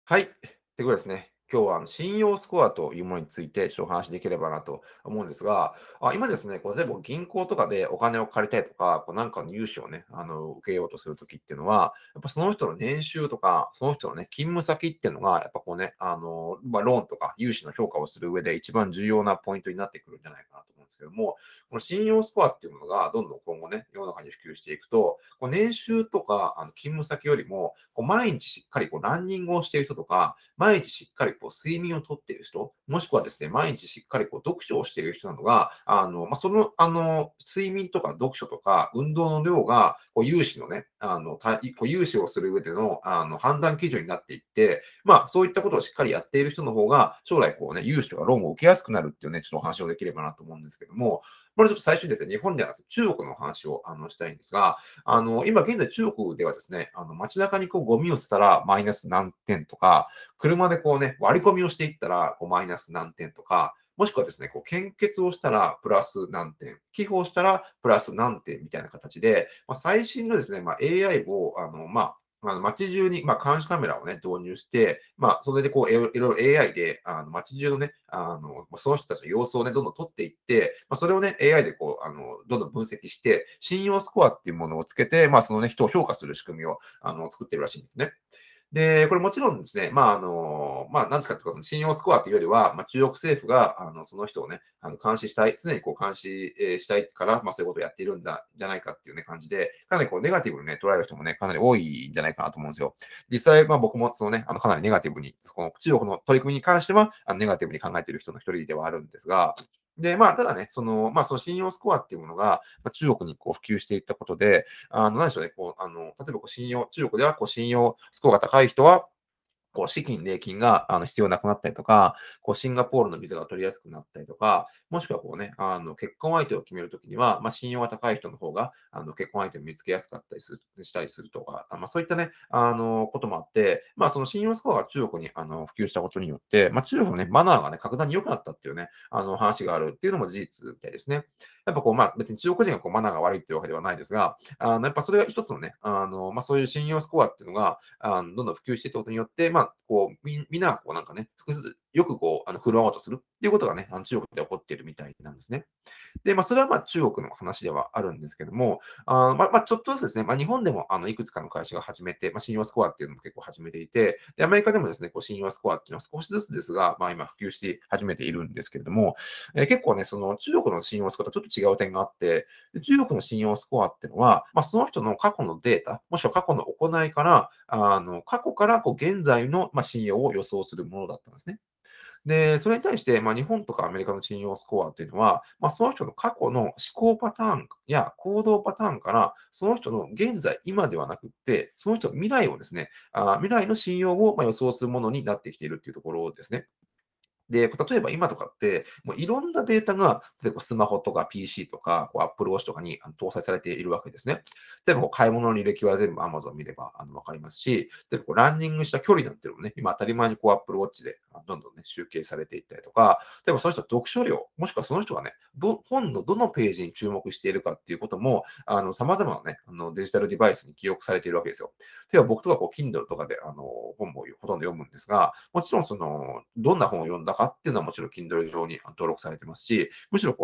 はい。ということですね。今日は信用スコアというものについてちょっとお話しできればなと思うんですが、今ですね、例えば銀行とかでお金を借りたいとか、なんかの融資をね、受けようとするときっていうのは、やっぱその人の年収とか、その人のね、勤務先っていうのが、やっぱローンとか融資の評価をする上で一番重要なポイントになってくるんじゃないかなと思うんですけども、この信用スコアっていうものがどんどん今後ね、世の中に普及していくと、年収とか勤務先よりも、毎日しっかりランニングをしている人とか、毎日しっかり睡眠をとっている人、もしくはですね、毎日しっかり読書をしている人などが、睡眠とか読書とか運動の量が、融資のね、融資をする上での、判断基準になっていって、そういったことをしっかりやっている人の方が、将来融資とかローンを受けやすくなるっていうね、ちょっとお話をできればなと思うんですけども、これちょっと最初にですね、日本ではなくて中国の話をしたいんですが、今現在中国ではですね、街中にゴミを捨てたらマイナス何点とか、車で割り込みをしていったら、マイナス何点とか、もしくはですね、献血をしたらプラス何点、寄付をしたらプラス何点みたいな形で、最新のですね、AI を、街中に、監視カメラをね、導入して、それでいろいろ AI で、街中のね、その人たちの様子をね、どんどん取っていって、それをね、AI でどんどん分析して、信用スコアっていうものをつけて、そのね、人を評価する仕組みを、作ってるらしいんですね。で、これもちろんですね、なんですかっていうか、その信用スコアというよりは、中国政府が、その人をね、監視したい、常に監視、したいから、そういうことをやっているんだ、じゃないかっていうね、感じで、かなりネガティブにね、捉える人もね、かなり多いんじゃないかなと思うんですよ。実際、僕もそのね、かなりネガティブに、この中国の取り組みに関しては、ネガティブに考えている人の一人ではあるんですが、で、ただね、その信用スコアっていうものが、中国に普及していったことで、なんでしょうね、例えば中国では信用スコアが高い人は、資金、礼金が必要なくなったりとか、シンガポールのビザが取りやすくなったりとか、もしくは結婚相手を決めるときには、信用が高い人の方が、結婚相手を見つけやすかったりしたりするとか、そういったね、こともあって、その信用スコアが中国に普及したことによって、中国のね、マナーがね、格段に良くなったっていうね、話があるっていうのも事実みたいですね。やっぱ別に中国人がマナーが悪いっていうわけではないですが、やっぱそれが一つのね、そういう信用スコアっていうのが、どんどん普及していったことによって、みんながなんかね、少しずつよく振る舞おうとするっていうことがね、中国で起こっているみたいなんですね。で、それは中国の話ではあるんですけども、ちょっとずつですね、日本でもいくつかの会社が始めて、信用スコアっていうのも結構始めていて、で、アメリカでもですね、信用スコアっていうのは少しずつですが、今普及し始めているんですけれども、結構ね、その中国の信用スコアとちょっと違う点があって、で中国の信用スコアっていうのは、その人の過去のデータ、もしくは過去の行いから、過去から現在の信用を予想するものだったんですね。で、それに対して、日本とかアメリカの信用スコアっていうのは、その人の過去の思考パターンや行動パターンから、その人の現在、今ではなくって、その人の未来をですね、未来の信用を予想するものになってきているっていうところですね。で、例えば今とかって、もういろんなデータが、例えばスマホとか PC とか、Apple Watch とかに搭載されているわけですね。例えば買い物の履歴は全部 Amazon 見ればわかりますし、例えばランニングした距離なんていうのもね、今当たり前にApple Watch でどんどんね、集計されていったりとか、例えばその人の読書量、もしくはその人がね、本のどのページに注目しているかっていうことも、様々なね、デジタルデバイスに記憶されているわけですよ。例えば僕とかKindle とかで本もほとんど読むんですが、もちろんどんな本を読んだかっていうのはもちろん Kindle 上に登録されてますし、むしろ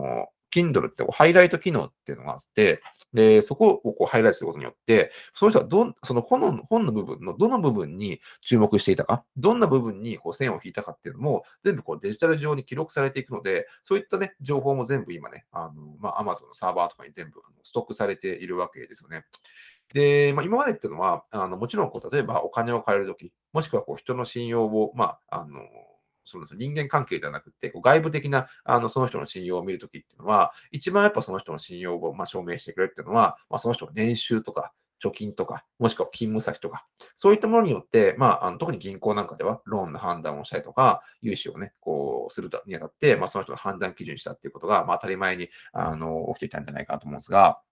Kindle ってハイライト機能っていうのがあって、で、そこをハイライトすることによって、その人はその本の部分のどの部分に注目していたか、どんな部分に線を引いたかっていうのも、全部デジタル上に記録されていくので、そういったね、情報も全部今ね、Amazon のサーバーとかに全部ストックされているわけですよね。で、今までっていうのは、もちろん例えばお金を借りるとき、もしくは人の信用を、そうですね、人間関係ではなくて、外部的な、その人の信用を見るときっていうのは、一番やっぱその人の信用を、証明してくれるっていうのは、その人の年収とか、貯金とか、もしくは勤務先とか、そういったものによって、特に銀行なんかでは、ローンの判断をしたりとか、融資をね、するにあたって、その人の判断基準にしたっていうことが、当たり前に、起きていたんじゃないかなと思うんですが、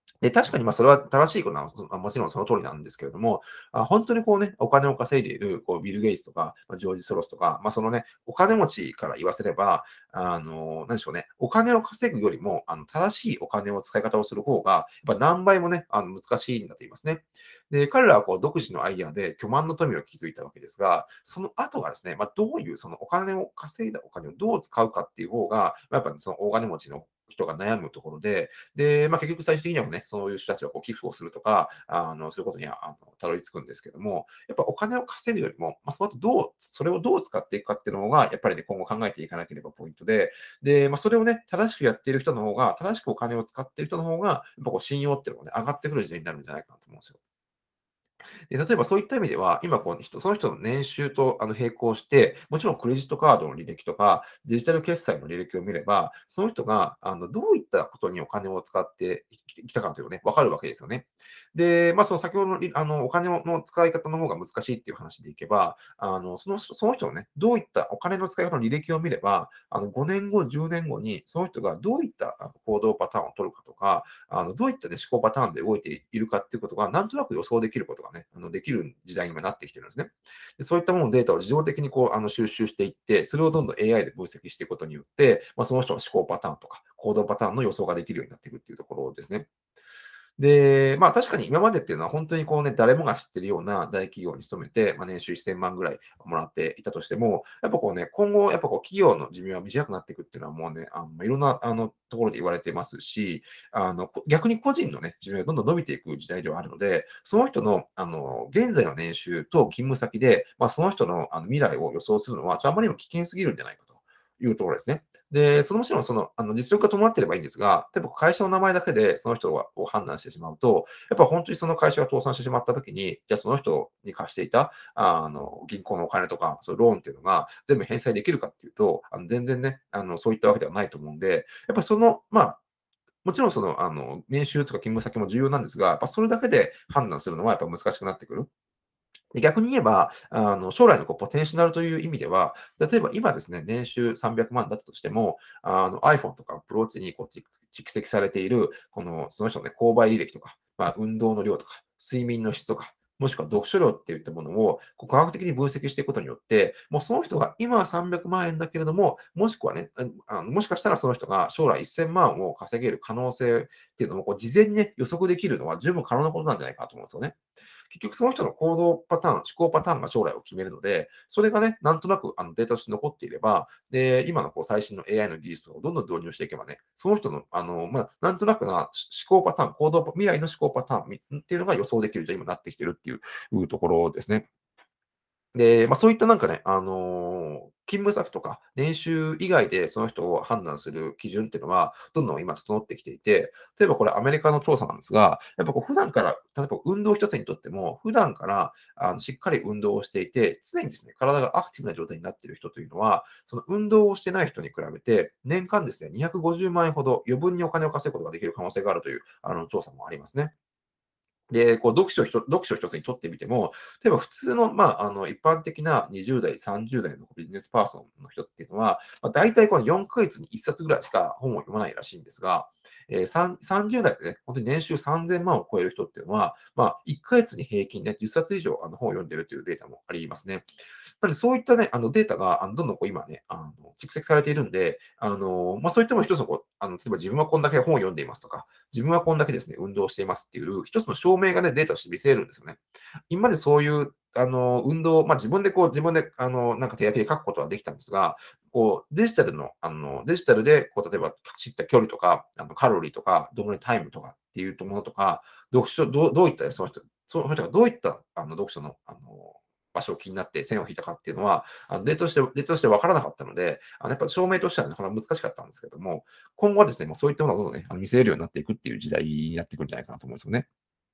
で、確かにそれは正しいことは、もちろんその通りなんですけれども、本当にこうね、お金を稼いでいるビル・ゲイツとか、ジョージ・ソロスとか、そのね、お金持ちから言わせれば、なんでしょうね、お金を稼ぐよりも、正しいお金を使い方をする方が、やっぱ何倍もね、難しいんだと言いますね。で、彼らは独自のアイデアで巨万の富を築いたわけですが、その後がですね、どういうそのお金を稼いだお金をどう使うかっていう方が、やっぱりその大金持ちの人が悩むところで、結局最終的にはね、そういう人たちは寄付をするとか、そういうことにはたどり着くんですけども、やっぱお金を稼ぐよりも、それをどう使っていくかっていうのが、やっぱりね、今後考えていかなければポイントで、それをね、正しくやっている人の方が、正しくお金を使っている人の方が、やっぱ信用っていうのがね、上がってくる時代になるんじゃないかなと思うんですよ。で、例えばそういった意味では、今その人の年収と並行して、もちろんクレジットカードの履歴とか、デジタル決済の履歴を見れば、その人がどういったことにお金を使ってきたかというのがね、分かるわけですよね。で、その先ほどのお金の使い方の方が難しいっていう話でいけば、その人のね、どういったお金の使い方の履歴を見れば、5年後、10年後にその人がどういった行動パターンを取るかとか、どういったね、思考パターンで動いているかっていうことが、なんとなく予想できることがね、できる時代にもなってきてるんですね。でそういったもののデータを自動的に収集していって、それをどんどん AI で分析していくことによって、その人の思考パターンとか行動パターンの予想ができるようになっていくっていうところですね。で、確かに今までっていうのは本当に誰もが知ってるような大企業に勤めて、年収1000万ぐらいもらっていたとしても、やっぱ今後やっぱ企業の寿命は短くなっていくっていうのはもうね、いろんなところで言われてますし、逆に個人のね、寿命がどんどん伸びていく時代ではあるので、その人の現在の年収と勤務先で、その人の未来を予想するのは、あまりにも危険すぎるんじゃないかというところですね。で、もちろん実力が伴っていればいいんですが、例えば会社の名前だけでその人を判断してしまうと、やっぱ本当にその会社が倒産してしまった時に、じゃあその人に貸していた、銀行のお金とか、そのローンっていうのが全部返済できるかっていうと、全然ね、そういったわけではないと思うんで、やっぱもちろん年収とか勤務先も重要なんですが、やっぱそれだけで判断するのはやっぱ難しくなってくる。で、逆に言えば、将来のポテンシャルという意味では、例えば今ですね、年収300万だったとしても、iPhone とか Apple Watch に蓄積されている、その人のね、購買履歴とか、運動の量とか、睡眠の質とか、もしくは読書量っていったものを、科学的に分析していくことによって、もうその人が今は300万円だけれども、もしくはね、もしかしたらその人が将来1000万を稼げる可能性っていうのも、事前にね、予測できるのは十分可能なことなんじゃないかなと思うんですよね。結局その人の行動パターン、思考パターンが将来を決めるので、それがね、なんとなくデータとして残っていれば、で、今の最新の AI の技術をどんどん導入していけばね、その人の、なんとなく思考パターン、未来の思考パターンっていうのが予想できるじゃ今なってきてるっていうところですね。で、そういったなんかね、勤務先とか年収以外でその人を判断する基準っていうのは、どんどん今整ってきていて、例えばこれアメリカの調査なんですが、やっぱ普段から、例えば運動一つにとっても、普段からしっかり運動をしていて、常にですね、体がアクティブな状態になっている人というのは、その運動をしてない人に比べて、年間ですね、250万円ほど余分にお金を稼ぐことができる可能性があるという調査もありますね。で、読書一つにとってみても、例えば普通の、一般的な20代、30代のビジネスパーソンの人っていうのは、大体この4ヶ月に1冊ぐらいしか本を読まないらしいんですが、30代でね、本当に年収3000万を超える人っていうのは、1ヶ月に平均で10冊以上本を読んでいるというデータもありますね。なので、そういったね、データがどんどん今ね、蓄積されているんで、そういったも一つの例えば自分はこんだけ本を読んでいますとか、自分はこんだけですね、運動していますっていう一つの証明がね、データとして見せるんですよね。今までそういう、運動、自分で、なんか手書きで書くことはできたんですが、デジタルで、例えば走った距離とか、カロリーとか、どのぐらいタイムとかっていうものとか、どういった、その人がどういった、読書の、場所を気になって線を引いたかっていうのは、データとして分からなかったので、やっぱ証明としてはなかなか難しかったんですけども、今後はですね、もうそういったものをどんどんね、見せれるようになっていくっていう時代になってくるんじゃないかなと思うんですよね。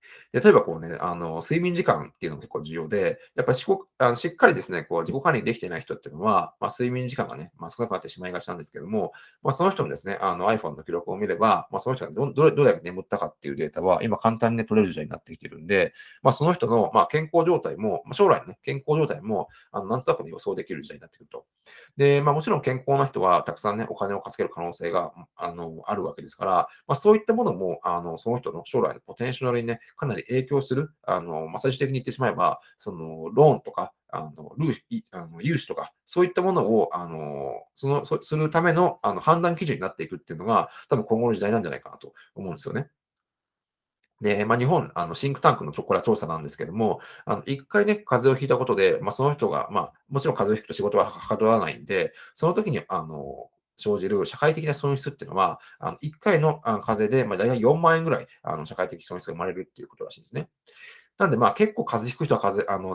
で、例えばこうね、睡眠時間っていうのも結構重要で、やっぱりしっかりですね、こう自己管理できていない人っていうのは、睡眠時間がね、少なくなってしまいがちなんですけども、その人のですね、iPhone の記録を見れば、その人がどれだけ眠ったかっていうデータは、今簡単にね、取れる時代になってきてるんで、その人の、健康状態も、将来のね、健康状態も、なんとなくね、予想できる時代になってくると。で、もちろん健康な人はたくさんね、お金を稼げる可能性が、あるわけですから、そういったものも、その人の将来のポテンシャルにね、かなり影響する、最終的に言ってしまえば、その、ローンとか、ルーいあの融資とか、そういったものを、するための、判断基準になっていくっていうのが、多分今後の時代なんじゃないかなと思うんですよね。で、日本、シンクタンクのこれは調査なんですけども、1回ね、風邪をひいたことで、その人が、もちろん風邪をひくと仕事ははかどらないんで、その時に、生じる社会的な損失っていうのは、1回の、風邪で、大体4万円ぐらい、社会的損失が生まれるっていうことらしいんですね。なんで、結構風邪ひく人は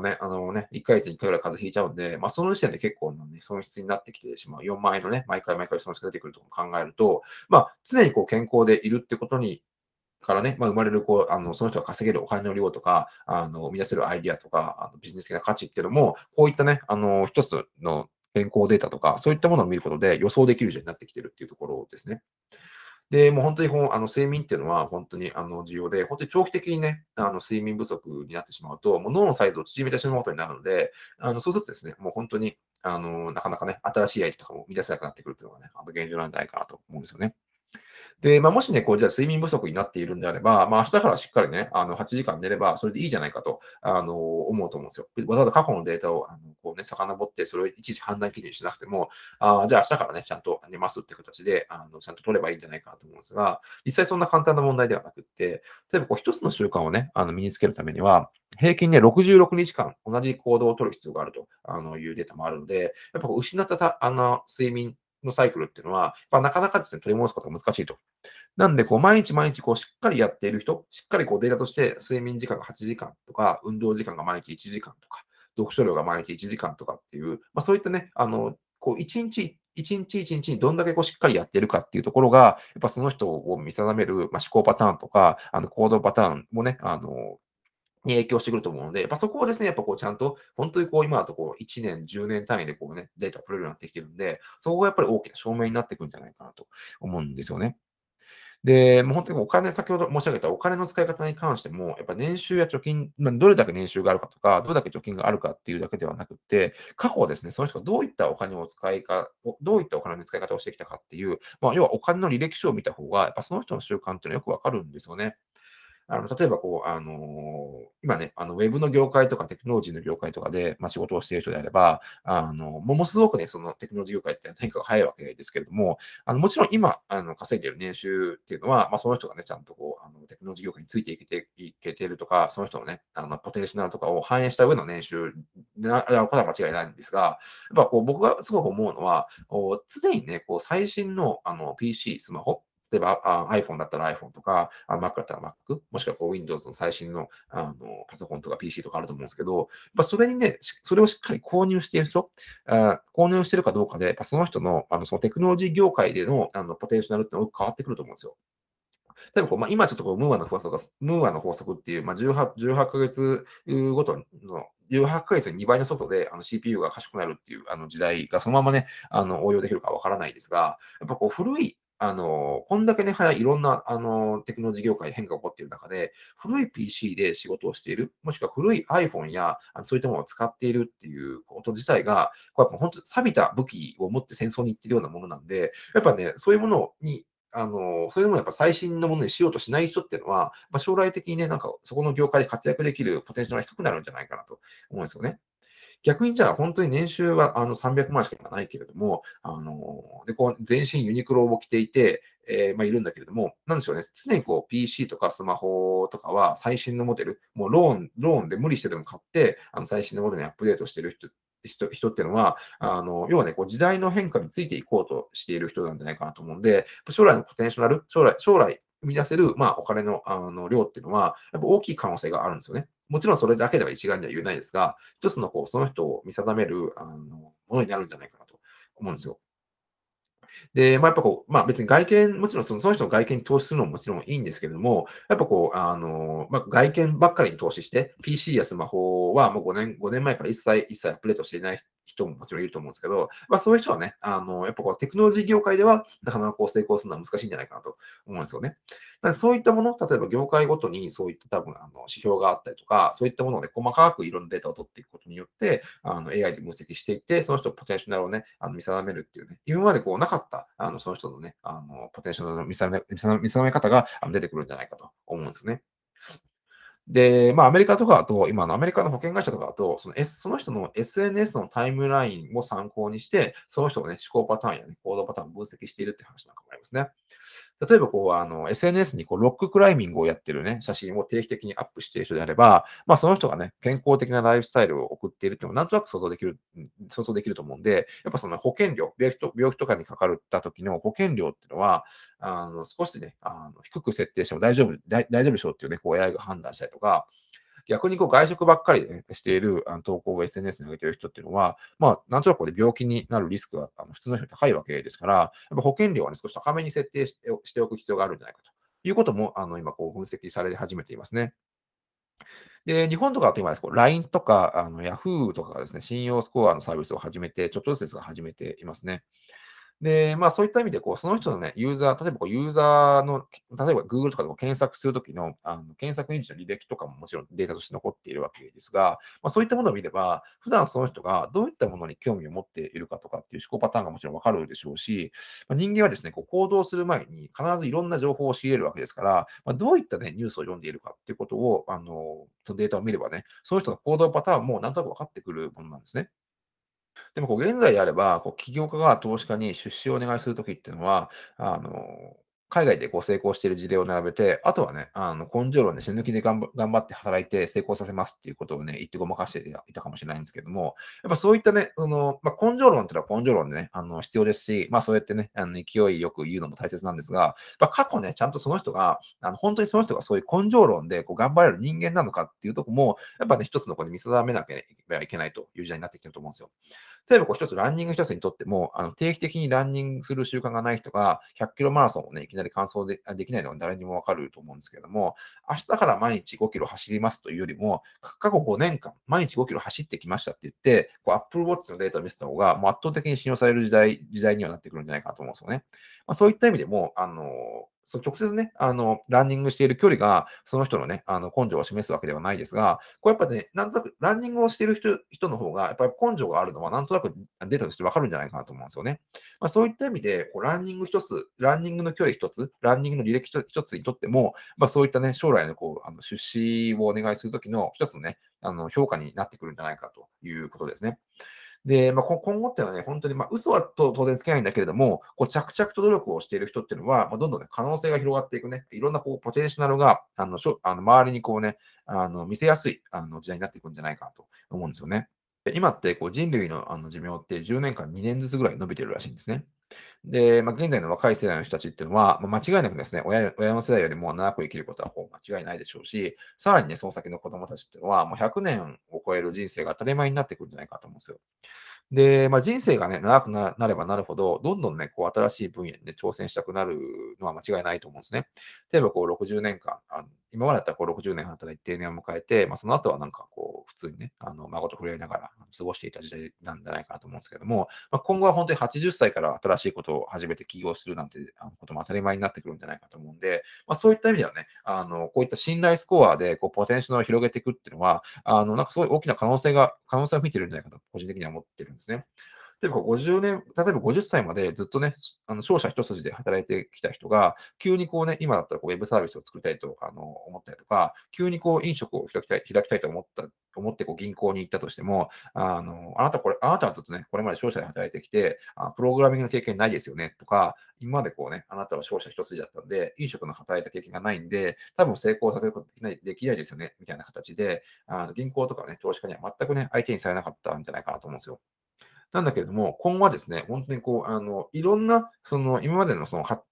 1ヶ月に1回ぐらい風邪ひいちゃうんで、その時点で結構なね、損失になってきてしまう。4万円のね、毎回毎回損失が出てくると考えると、常にこう健康でいるってことにからね、生まれるその人が稼げるお金の量とか、生み出せるアイディアとか、ビジネス的な価値っていうのも、こういったね、一つの健康データとか、そういったものを見ることで予想できる時代になってきてるっていうところですね。で、もう本当に睡眠っていうのは本当に重要で、本当に長期的にね、睡眠不足になってしまうと、もう脳のサイズを縮めてしまうことになるので、そうするとですね、もう本当になかなかね、新しいアイデアとかも生み出せなくなってくるっていうのがね、現状なんじゃないかなと思うんですよね。で、もしね、じゃあ睡眠不足になっているんであれば、明日からしっかりね、8時間寝ればそれでいいじゃないかと、思うと思うんですよ。わざわざ過去のデータを、遡って、それをいちいち判断基準にしなくても、じゃあ明日からね、ちゃんと寝ますって形で、ちゃんと取ればいいんじゃないかなと思うんですが、実際そんな簡単な問題ではなくって、例えば一つの習慣をね、身につけるためには、平均ね、66日間同じ行動を取る必要があると、いうデータもあるので、やっぱ失った睡眠のサイクルっていうのは、なかなかですね、取り戻すことが難しいと。なんで、毎日毎日しっかりやっている人、しっかりデータとして睡眠時間が8時間とか、運動時間が毎日1時間とか、読書量が毎日1時間とかっていう、そういったね、1日1日1日にどんだけしっかりやっているかっていうところが、やっぱその人を見定める、思考パターンとか、行動パターンもね、に影響してくると思うので、やっぱそこをですね、やっぱちゃんと、本当に今だと1年、10年単位でデータを取れるようになってきてるんで、そこがやっぱり大きな証明になってくるんじゃないかなと思うんですよね。で、もう本当に先ほど申し上げたお金の使い方に関しても、やっぱ年収や貯金、どれだけ年収があるかとか、どれだけ貯金があるかっていうだけではなくって、過去はですね、その人がどういったお金の使い方をしてきたかっていう、要はお金の履歴書を見た方が、やっぱその人の習慣っていうのはよくわかるんですよね。例えば今ね、ウェブの業界とかテクノロジーの業界とかで、仕事をしている人であれば、ものすごくね、そのテクノロジー業界って変化が早いわけですけれども、もちろん今、稼いでいる年収っていうのは、その人がね、ちゃんとテクノロジー業界についていけているとか、その人のね、ポテンシャルとかを反映した上の年収ことは間違いないんですが、やっぱ僕がすごく思うのは、常にね、最新のPC、スマホ、例えば、iPhone だったら iPhone とか、Mac だったら Mac、もしくはWindows の最新のパソコンとか PC とかあると思うんですけど、それにね、それをしっかり購入している人、購入しているかどうかで、その人のそのテクノロジー業界でのポテンシャルってのは変わってくると思うんですよ。例えば今ちょっとムーアの法則っていう、18ヶ月ごとの、18ヶ月に2倍の速度でCPU が賢くなるっていう時代がそのままね、応用できるかわからないですが、やっぱ古い、こんだけね、いろんなテクノロジー業界で変化が起こっている中で、古い PC で仕事をしている、もしくは古い iPhone やそういったものを使っているっていうこと自体が、これやっぱ本当に錆びた武器を持って戦争に行っているようなものなんで、やっぱね、そういうものにそれでもやっぱ最新のものにしようとしない人っていうのは、将来的にね、なんかそこの業界で活躍できるポテンシャルが低くなるんじゃないかなと思うんですよね。逆にじゃあ本当に年収は300万しかないけれども、で、全身ユニクロを着ていて、いるんだけれども、なんでしょうね、常にPC とかスマホとかは最新のモデル、もうローンで無理してでも買って、最新のモデルにアップデートしてる人っていうのは、要はね、時代の変化についていこうとしている人なんじゃないかなと思うんで、将来のポテンシャル、将来生み出せる、お金の量っていうのは、やっぱ大きい可能性があるんですよね。もちろんそれだけでは一概には言えないですが、一つのその人を見定めるものになるんじゃないかなと思うんですよ。 で、やっぱこう、別にもちろんその人の外見に投資するのももちろんいいんですけれども、やっぱこう、外見ばっかりに投資して、PC やスマホはもう5年前から一切アップデートしていない人ももちろんいると思うんですけど、そういう人はね、やっぱこうテクノロジー業界では、なかなかこう成功するのは難しいんじゃないかなと思うんですよね。なのでそういったもの、例えば業界ごとにそういった多分指標があったりとか、そういったもので細かくいろんなデータを取っていくことによって、AI で分析していって、その人のポテンシャルをね、見定めるっていうね、今までこうなかった、その人のね、ポテンシャルの見定め方が出てくるんじゃないかと思うんですよね。で、アメリカとかだと、今のアメリカの保険会社とかだと、その人の SNS のタイムラインを参考にして、その人のね、思考パターンやね、行動パターンを分析しているっていう話なんかもありますね。例えばこう、SNS にこうロッククライミングをやってるね、写真を定期的にアップしている人であれば、その人がね、健康的なライフスタイルを送っているっていうのをなんとなく想像できると思うんで、やっぱその保険料、病気とかにかかった時の保険料っていうのは、少しね、低く設定しても大丈夫でしょうっていうね、こう AI が判断したりとか、逆にこう外食ばっかりで、ね、している投稿を SNS に上げている人っていうのは、なんとなくこれ病気になるリスクが普通の人より高いわけですから、やっぱ保険料はね、少し高めに設定しておく必要があるんじゃないかということも、今こう分析され始めていますね。で、日本とかだと今ですこう LINE とかYahoo とかがですね、信用スコアのサービスを始めて、ちょっとずつですが始めていますね。で、そういった意味で、こう、その人のね、例えばこう、ユーザーの、例えば Google とかでも検索するときの、検索エンジンの履歴とかももちろんデータとして残っているわけですが、そういったものを見れば、普段その人がどういったものに興味を持っているかとかっていう思考パターンがもちろんわかるでしょうし、人間はですね、こう行動する前に必ずいろんな情報を仕入れるわけですから、どういったね、ニュースを読んでいるかっていうことを、そのデータを見ればね、その人の行動パターンもなんとなく分かってくるものなんですね。でもこう現在であれば、こう起業家が投資家に出資をお願いするときっていうのは、あの、海外でこう成功している事例を並べて、あとはね、根性論で死ぬ気で頑張って働いて成功させますっていうことをね、言ってごまかしていたかもしれないんですけども、やっぱそういったね、根性論っていうのは根性論でね、必要ですし、そうやってね、勢いよく言うのも大切なんですが、過去ね、ちゃんとその人が、本当にその人がそういう根性論でこう頑張れる人間なのかっていうところも、やっぱね、一つのこれ見定めなければいけないという時代になってきてると思うんですよ。例えばこう一つランニング一つにとっても、定期的にランニングする習慣がない人が、100キロマラソンをね、いきなり完走できないのは誰にもわかると思うんですけれども、明日から毎日5キロ走りますというよりも、過去5年間、毎日5キロ走ってきましたって言って、こう Apple Watch のデータを見せた方が、もう圧倒的に信用される時代にはなってくるんじゃないかなと思うんですよね。そういった意味でも、直接ね、ランニングしている距離が、その人のね、根性を示すわけではないですが、こうやっぱね、なんとなくランニングをしている人の方が、やっぱり根性があるのは、なんとなくデータとしてわかるんじゃないかなと思うんですよね。そういった意味で、こうランニングの距離一つ、ランニングの履歴一つにとっても、そういったね、将来のこう、出資をお願いするときの一つのね、評価になってくるんじゃないかということですね。で、今後っていうのはね、本当に、嘘は当然つけないんだけれども、こう着々と努力をしている人っていうのは、どんどんね、可能性が広がっていくね、いろんなこうポテンシャルが、周りにこうね、見せやすい、時代になっていくんじゃないかなと思うんですよね。今ってこう人類の寿命って10年間2年ずつぐらい伸びてるらしいんですね。で、現在の若い世代の人たちっていうのは、間違いなくですね、親の世代よりも長く生きることはほぼ間違いないでしょうし、さらにね、その先の子供たちっていうのは、もう100年を超える人生が当たり前になってくるんじゃないかと思うんですよ。で、人生がね、長くなればなるほど、どんどんね、こう新しい分野にね、挑戦したくなるのは間違いないと思うんですね。例えばこう60年間、今までだったらこう60年働いて定年を迎えて、その後はなんかこう、普通にね、孫と触れ合いながら過ごしていた時代なんじゃないかなと思うんですけども、今後は本当に80歳から新しいことを始めて起業するなんてことも当たり前になってくるんじゃないかと思うんで、そういった意味ではね、こういった信頼スコアでこうポテンシャルを広げていくっていうのは、なんかすごい大きな可能性を見てるんじゃないかと、個人的には思ってるんですね。例えば例えば50歳までずっとね、商社一筋で働いてきた人が、急にこうね、今だったらこうウェブサービスを作りたいと思ったりとか、急にこう飲食を開きたいと思ってこう銀行に行ったとしても、あなたはずっとね、これまで商社で働いてきて、プログラミングの経験ないですよねとか、今までこうね、あなたは商社一筋だったんで、飲食の働いた経験がないんで、多分成功させることできないですよね、みたいな形で、銀行とかね、投資家には全くね、相手にされなかったんじゃないかなと思うんですよ。なんだけれども、今後はですね、本当にこう、いろんな、今までの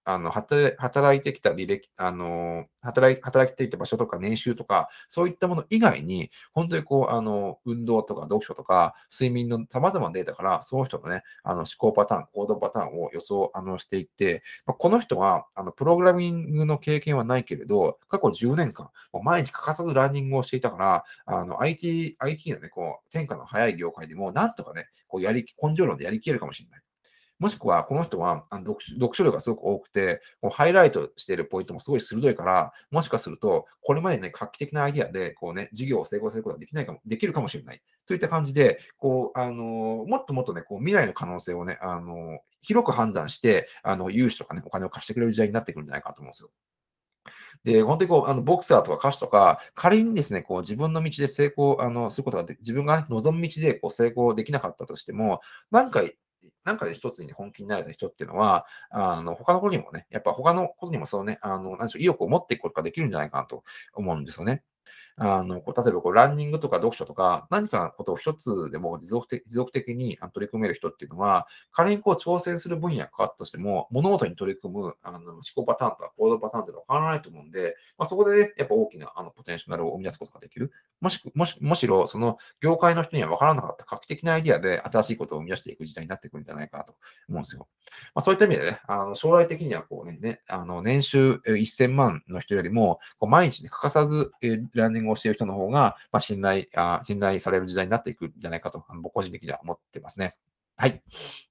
働いてきた履歴、働いていた場所とか年収とか、そういったもの以外に、本当に運動とか読書とか、睡眠の様々なデータから、その人のね、思考パターン、行動パターンを予想、していって、この人は、プログラミングの経験はないけれど、過去10年間、もう毎日欠かさずランニングをしていたから、IT のね、天下の早い業界でも、なんとかね、根性論でやりきれるかもしれない。もしくは、この人は読書量がすごく多くて、ハイライトしているポイントもすごい鋭いから、もしかすると、これまでね、画期的なアイディアで、事業を成功することができるかもしれない。といった感じで、もっともっとね、未来の可能性をね、広く判断して、融資とかね、お金を貸してくれる時代になってくるんじゃないかと思うんですよ。で、本当にボクサーとか歌手とか、仮にですね、自分の道で成功、することが自分が望む道で成功できなかったとしても、なんかなんかで一つに本気になれた人っていうのは、他のことにもね、やっぱ他のことにもそうね、なんでしょう、意欲を持っていくことができるんじゃないかなと思うんですよね。例えばランニングとか読書とか、何かのことを一つでも持続的に取り組める人っていうのは、仮に挑戦する分野が変わったとしても、物事に取り組む思考パターンとか行動パターンっていうのは変わらないと思うんで、そこでね、やっぱ大きなポテンシャルを生み出すことができる。むしろ、その業界の人には分からなかった画期的なアイディアで新しいことを生み出していく時代になってくるんじゃないかなと思うんですよ。そういった意味でね、将来的には年収1000万の人よりも、毎日ね、欠かさず、ランニングをしている人の方が、信頼される時代になっていくんじゃないかと、僕個人的には思ってますね。はい。